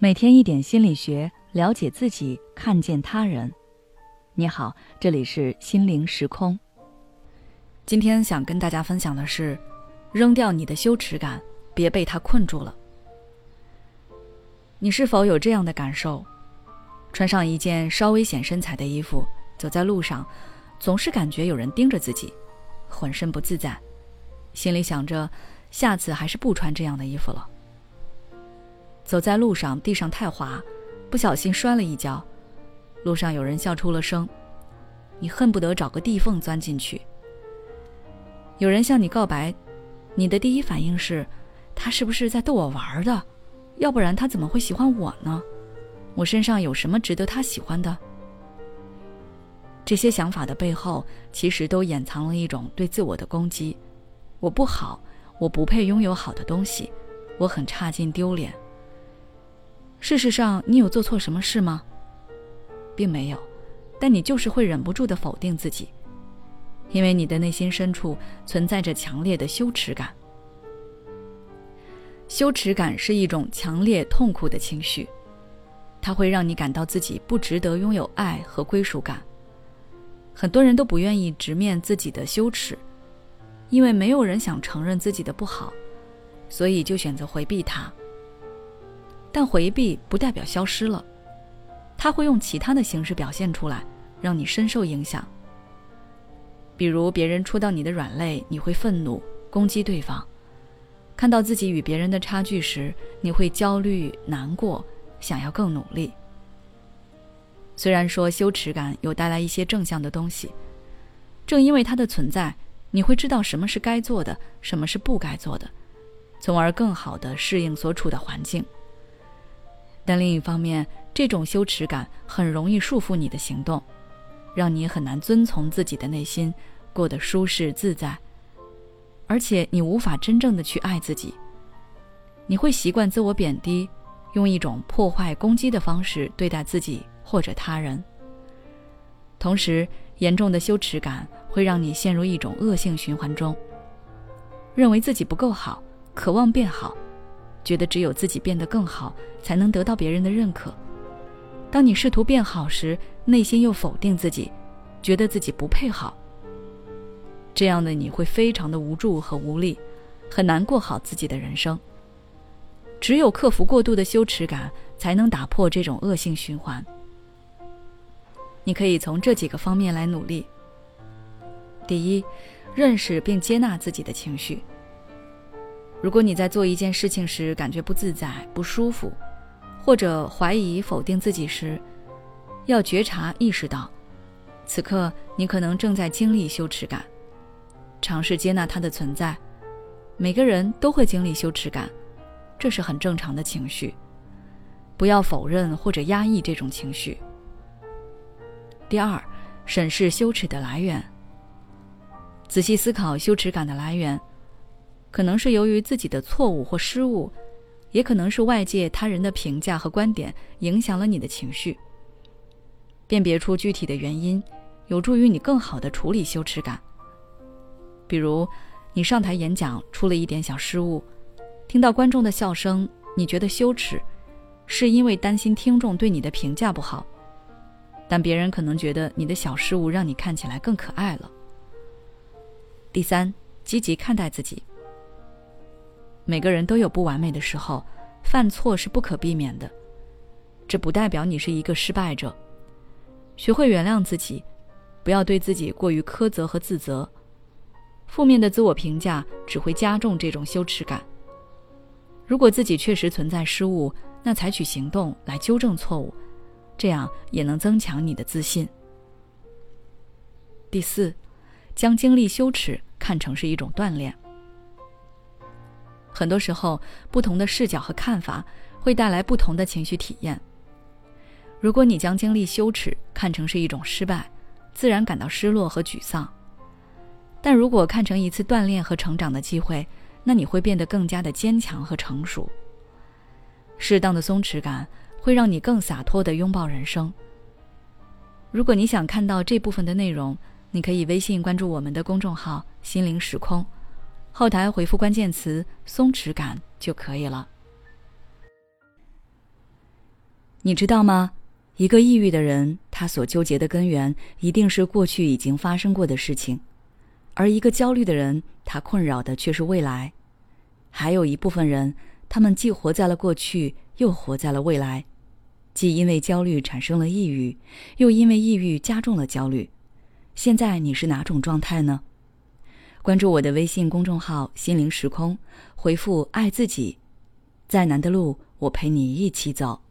每天一点心理学，了解自己，看见他人。你好，这里是心灵时空。今天想跟大家分享的是，扔掉你的羞耻感，别被它困住了。你是否有这样的感受？穿上一件稍微显身材的衣服，走在路上，总是感觉有人盯着自己，浑身不自在，心里想着下次还是不穿这样的衣服了。走在路上，地上太滑，不小心摔了一跤，路上有人笑出了声，你恨不得找个地缝钻进去。有人向你告白，你的第一反应是，他是不是在逗我玩的？要不然他怎么会喜欢我呢？我身上有什么值得他喜欢的？这些想法的背后，其实都掩藏了一种对自我的攻击。我不好，我不配拥有好的东西，我很差劲，丢脸。事实上，你有做错什么事吗？并没有，但你就是会忍不住地否定自己，因为你的内心深处存在着强烈的羞耻感。羞耻感是一种强烈痛苦的情绪，它会让你感到自己不值得拥有爱和归属感。很多人都不愿意直面自己的羞耻，因为没有人想承认自己的不好，所以就选择回避它。但回避不代表消失了，它会用其他的形式表现出来，让你深受影响。比如别人戳到你的软肋，你会愤怒，攻击对方；看到自己与别人的差距时，你会焦虑、难过，想要更努力。虽然说羞耻感有带来一些正向的东西，正因为它的存在，你会知道什么是该做的，什么是不该做的，从而更好地适应所处的环境。但另一方面，这种羞耻感很容易束缚你的行动，让你很难遵从自己的内心，过得舒适自在，而且你无法真正的去爱自己。你会习惯自我贬低，用一种破坏攻击的方式对待自己或者他人。同时，严重的羞耻感会让你陷入一种恶性循环中，认为自己不够好，渴望变好，觉得只有自己变得更好，才能得到别人的认可。当你试图变好时，内心又否定自己，觉得自己不配好。这样的你会非常的无助和无力，很难过好自己的人生。只有克服过度的羞耻感，才能打破这种恶性循环。你可以从这几个方面来努力。第一，认识并接纳自己的情绪。如果你在做一件事情时感觉不自在、不舒服，或者怀疑、否定自己时，要觉察意识到，此刻你可能正在经历羞耻感，尝试接纳它的存在。每个人都会经历羞耻感，这是很正常的情绪，不要否认或者压抑这种情绪。第二，审视羞耻的来源。仔细思考羞耻感的来源，可能是由于自己的错误或失误，也可能是外界他人的评价和观点影响了你的情绪。辨别出具体的原因，有助于你更好地处理羞耻感。比如，你上台演讲出了一点小失误，听到观众的笑声，你觉得羞耻，是因为担心听众对你的评价不好，但别人可能觉得你的小失误让你看起来更可爱了。第三，积极看待自己。每个人都有不完美的时候，犯错是不可避免的，这不代表你是一个失败者。学会原谅自己，不要对自己过于苛责和自责。负面的自我评价只会加重这种羞耻感。如果自己确实存在失误，那采取行动来纠正错误，这样也能增强你的自信。第四，将经历羞耻看成是一种锻炼。很多时候，不同的视角和看法会带来不同的情绪体验。如果你将经历羞耻看成是一种失败，自然感到失落和沮丧。但如果看成一次锻炼和成长的机会，那你会变得更加的坚强和成熟。适当的松弛感会让你更洒脱地拥抱人生。如果你想看到这部分的内容，你可以微信关注我们的公众号“心灵时空”，后台回复关键词“松弛感”就可以了。 你知道吗？一个抑郁的人，他所纠结的根源一定是过去已经发生过的事情，而一个焦虑的人，他困扰的却是未来。还有一部分人，他们既活在了过去，又活在了未来，既因为焦虑产生了抑郁，又因为抑郁加重了焦虑。现在你是哪种状态呢？关注我的微信公众号心灵时空，回复爱自己，再难的路我陪你一起走。